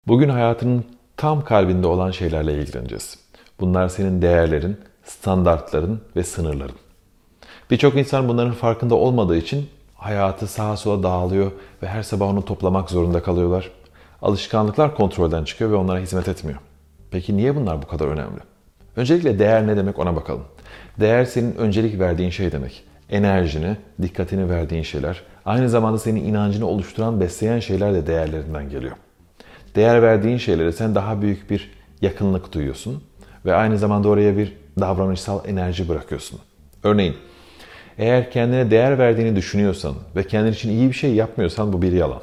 Bugün hayatının tam kalbinde olan şeylerle ilgileneceğiz. Bunlar senin değerlerin, standartların ve sınırların. Birçok insan bunların farkında olmadığı için hayatı sağa sola dağılıyor ve her sabah onu toplamak zorunda kalıyorlar. Alışkanlıklar kontrolden çıkıyor ve onlara hizmet etmiyor. Peki niye bunlar bu kadar önemli? Öncelikle değer ne demek ona bakalım. Değer senin öncelik verdiğin şey demek. Enerjini, dikkatini verdiğin şeyler, aynı zamanda senin inancını oluşturan, besleyen şeyler de değerlerinden geliyor. Değer verdiğin şeylere sen daha büyük bir yakınlık duyuyorsun ve aynı zamanda oraya bir davranışsal enerji bırakıyorsun. Örneğin, eğer kendine değer verdiğini düşünüyorsan ve kendin için iyi bir şey yapmıyorsan bu bir yalan.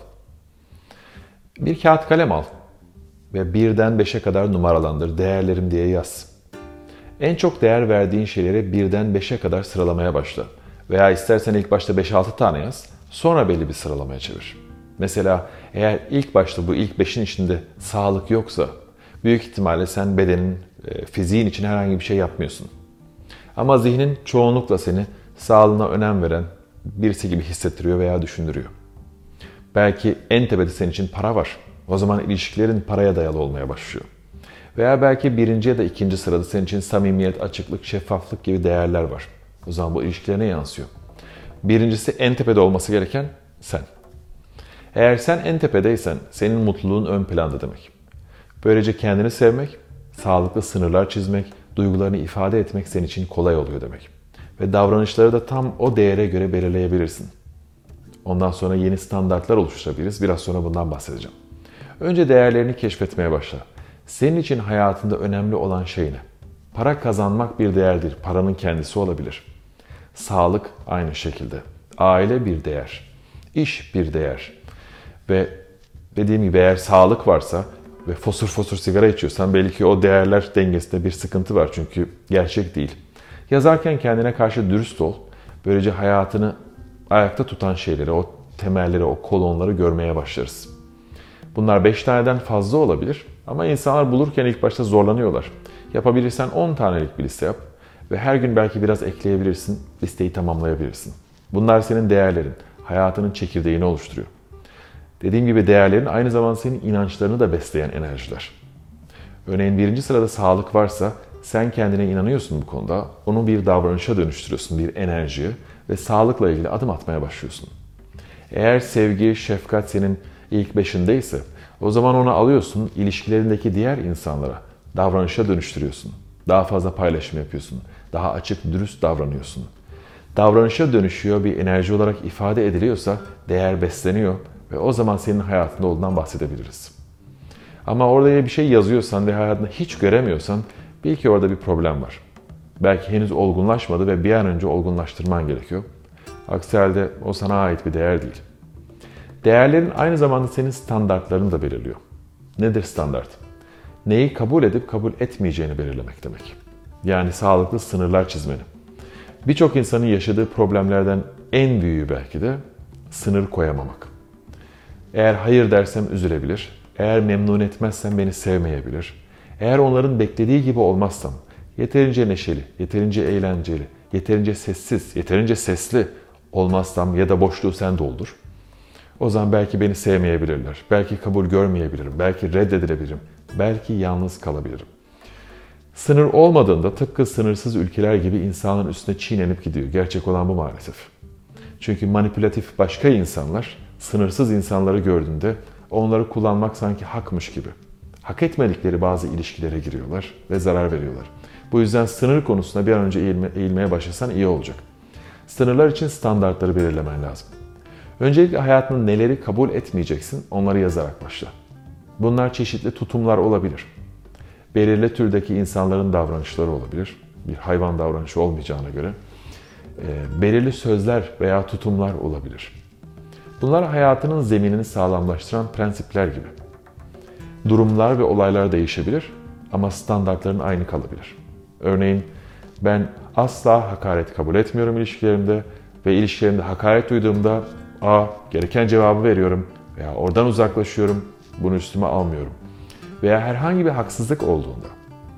Bir kağıt kalem al ve birden 5'e kadar numaralandır, değerlerim diye yaz. En çok değer verdiğin şeyleri birden 5'e kadar sıralamaya başla. Veya istersen ilk başta 5-6 tane yaz, sonra belli bir sıralamaya çevir. Mesela eğer ilk başta bu ilk 5'in içinde sağlık yoksa, büyük ihtimalle sen bedenin, fiziğin için herhangi bir şey yapmıyorsun. Ama zihnin çoğunlukla seni sağlığına önem veren birisi gibi hissettiriyor veya düşündürüyor. Belki en tepede senin için para var. O zaman ilişkilerin paraya dayalı olmaya başlıyor. Veya belki birinci ya da ikinci sırada senin için samimiyet, açıklık, şeffaflık gibi değerler var. O zaman bu ilişkilerine yansıyor. Birincisi en tepede olması gereken sen. Eğer sen en tepedeysen senin mutluluğun ön planda demek. Böylece kendini sevmek, sağlıklı sınırlar çizmek, duygularını ifade etmek senin için kolay oluyor demek. Ve davranışları da tam o değere göre belirleyebilirsin. Ondan sonra yeni standartlar oluşturabiliriz. Biraz sonra bundan bahsedeceğim. Önce değerlerini keşfetmeye başla. Senin için hayatında önemli olan şey ne? Para kazanmak bir değerdir. Paranın kendisi olabilir. Sağlık aynı şekilde. Aile bir değer. İş bir değer. Ve dediğim gibi eğer sağlık varsa ve fosur fosur sigara içiyorsan belki o değerler dengesinde bir sıkıntı var. Çünkü gerçek değil. Yazarken kendine karşı dürüst ol. Böylece hayatını ayakta tutan şeyleri, o temelleri, o kolonları görmeye başlarız. Bunlar 5 taneden fazla olabilir ama insanlar bulurken ilk başta zorlanıyorlar. Yapabilirsen 10 tanelik bir liste yap ve her gün belki biraz ekleyebilirsin, listeyi tamamlayabilirsin. Bunlar senin değerlerin, hayatının çekirdeğini oluşturuyor. Dediğim gibi değerlerin aynı zamanda senin inançlarını da besleyen enerjiler. Örneğin birinci sırada sağlık varsa sen kendine inanıyorsun bu konuda, onu bir davranışa dönüştürüyorsun, bir enerjiye ve sağlıkla ilgili adım atmaya başlıyorsun. Eğer sevgi, şefkat senin ilk beşindeyse o zaman onu alıyorsun, ilişkilerindeki diğer insanlara davranışa dönüştürüyorsun. Daha fazla paylaşım yapıyorsun, daha açık, dürüst davranıyorsun. Davranışa dönüşüyor, bir enerji olarak ifade ediliyorsa değer besleniyor ve o zaman senin hayatında olduğundan bahsedebiliriz. Ama oraya bir şey yazıyorsan ve hayatında hiç göremiyorsan bil ki orada bir problem var. Belki henüz olgunlaşmadı ve bir an önce olgunlaştırman gerekiyor. Aksi halde o sana ait bir değer değil. Değerlerin aynı zamanda senin standartlarını da belirliyor. Nedir standart? Neyi kabul edip kabul etmeyeceğini belirlemek demek. Yani sağlıklı sınırlar çizmeni. Birçok insanın yaşadığı problemlerden en büyüğü belki de sınır koyamamak. Eğer hayır dersem üzülebilir, eğer memnun etmezsem beni sevmeyebilir, eğer onların beklediği gibi olmazsam, yeterince neşeli, yeterince eğlenceli, yeterince sessiz, yeterince sesli olmazsam ya da boşluğu sen doldur. O zaman belki beni sevmeyebilirler, belki kabul görmeyebilirim, belki reddedilebilirim, belki yalnız kalabilirim. Sınır olmadığında tıpkı sınırsız ülkeler gibi insanın üstüne çiğnenip gidiyor. Gerçek olan bu maalesef. Çünkü manipülatif başka insanlar sınırsız insanları gördüğünde onları kullanmak sanki hakmış gibi. Hak etmedikleri bazı ilişkilere giriyorlar ve zarar veriyorlar. Bu yüzden sınır konusunda bir an önce eğilmeye başlasan iyi olacak. Sınırlar için standartları belirlemen lazım. Öncelikle hayatında neleri kabul etmeyeceksin onları yazarak başla. Bunlar çeşitli tutumlar olabilir. Belirli türdeki insanların davranışları olabilir. Bir hayvan davranışı olmayacağına göre. Belirli sözler veya tutumlar olabilir. Bunlar hayatının zeminini sağlamlaştıran prensipler gibi. Durumlar ve olaylar değişebilir ama standartların aynı kalabilir. Örneğin ben asla hakaret kabul etmiyorum ilişkilerimde ve ilişkilerimde hakaret duyduğumda gereken cevabı veriyorum veya oradan uzaklaşıyorum, bunu üstüme almıyorum. Veya herhangi bir haksızlık olduğunda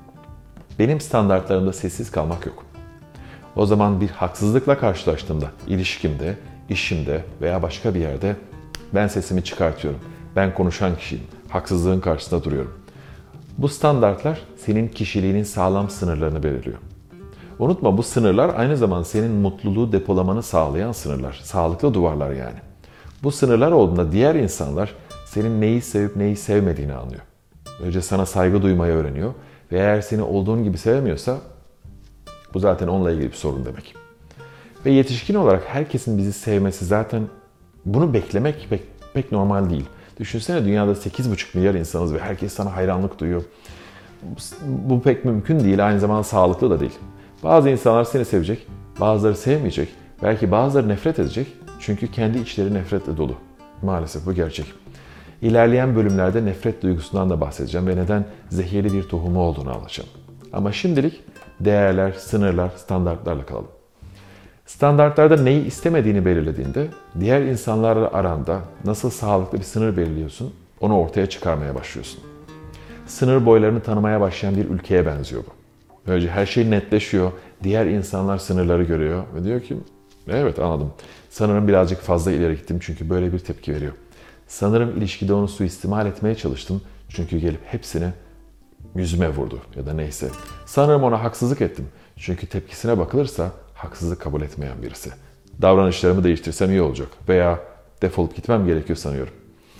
benim standartlarımda sessiz kalmak yok. O zaman bir haksızlıkla karşılaştığımda ilişkimde, işimde veya başka bir yerde ben sesimi çıkartıyorum. Ben konuşan kişiyim. haksızlığın karşısında duruyorum. Bu standartlar senin kişiliğinin sağlam sınırlarını belirliyor. Unutma, bu sınırlar aynı zamanda senin mutluluğu depolamanı sağlayan sınırlar. Sağlıklı duvarlar yani. Bu sınırlar olduğunda diğer insanlar senin neyi sevip neyi sevmediğini anlıyor. Önce sana saygı duymayı öğreniyor ve eğer seni olduğun gibi sevmiyorsa bu zaten onunla ilgili bir sorun demek. Ve yetişkin olarak herkesin bizi sevmesi, zaten bunu beklemek pek normal değil. Düşünsene, dünyada 8,5 milyar insanız ve herkes sana hayranlık duyuyor. Bu pek mümkün değil, aynı zamanda sağlıklı da değil. Bazı insanlar seni sevecek, bazıları sevmeyecek, belki bazıları nefret edecek çünkü kendi içleri nefretle dolu. Maalesef bu gerçek. İlerleyen bölümlerde nefret duygusundan da bahsedeceğim ve neden zehirli bir tohumu olduğunu anlatacağım. Ama şimdilik değerler, sınırlar, standartlarla kalalım. Standartlarda neyi istemediğini belirlediğinde diğer insanlarla aranda nasıl sağlıklı bir sınır belirliyorsun, onu ortaya çıkarmaya başlıyorsun. Sınır boylarını tanımaya başlayan bir ülkeye benziyor bu. Böylece her şey netleşiyor, diğer insanlar sınırları görüyor ve diyor ki evet, anladım. Sanırım birazcık fazla ileri gittim çünkü böyle bir tepki veriyor. Sanırım ilişkide onu suistimal etmeye çalıştım çünkü gelip hepsini yüzüme vurdu ya da neyse. Sanırım ona haksızlık ettim çünkü tepkisine bakılırsa haksızlık kabul etmeyen birisi. Davranışlarımı değiştirsem iyi olacak veya defolup gitmem gerekiyor sanıyorum.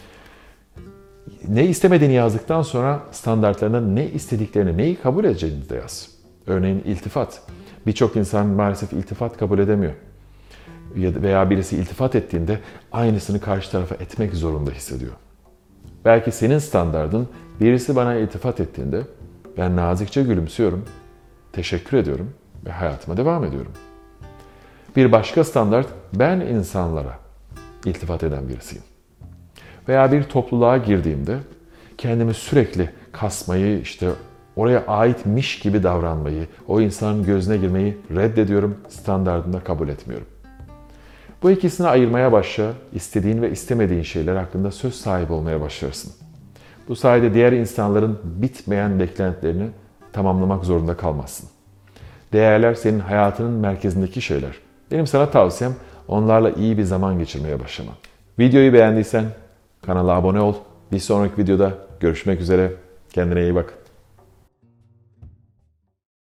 Ne istemediğini yazdıktan sonra standartlarına ne istediklerini, neyi kabul edeceğini de yaz. Örneğin iltifat. Birçok insan maalesef iltifat kabul edemiyor. Veya birisi iltifat ettiğinde aynısını karşı tarafa etmek zorunda hissediyor. Belki senin standardın, birisi bana iltifat ettiğinde ben nazikçe gülümsüyorum, teşekkür ediyorum ve hayatıma devam ediyorum. Bir başka standart, ben insanlara iltifat eden birisiyim. Veya bir topluluğa girdiğimde kendimi sürekli kasmayı, oraya aitmiş gibi davranmayı, o insanın gözüne girmeyi reddediyorum, standardında kabul etmiyorum. Bu ikisini ayırmaya başla, istediğin ve istemediğin şeyler hakkında söz sahibi olmaya başlarsın. Bu sayede diğer insanların bitmeyen beklentilerini tamamlamak zorunda kalmazsın. Değerler senin hayatının merkezindeki şeyler. Benim sana tavsiyem onlarla iyi bir zaman geçirmeye başlaman. Videoyu beğendiysen kanala abone ol. Bir sonraki videoda görüşmek üzere. Kendine iyi bak.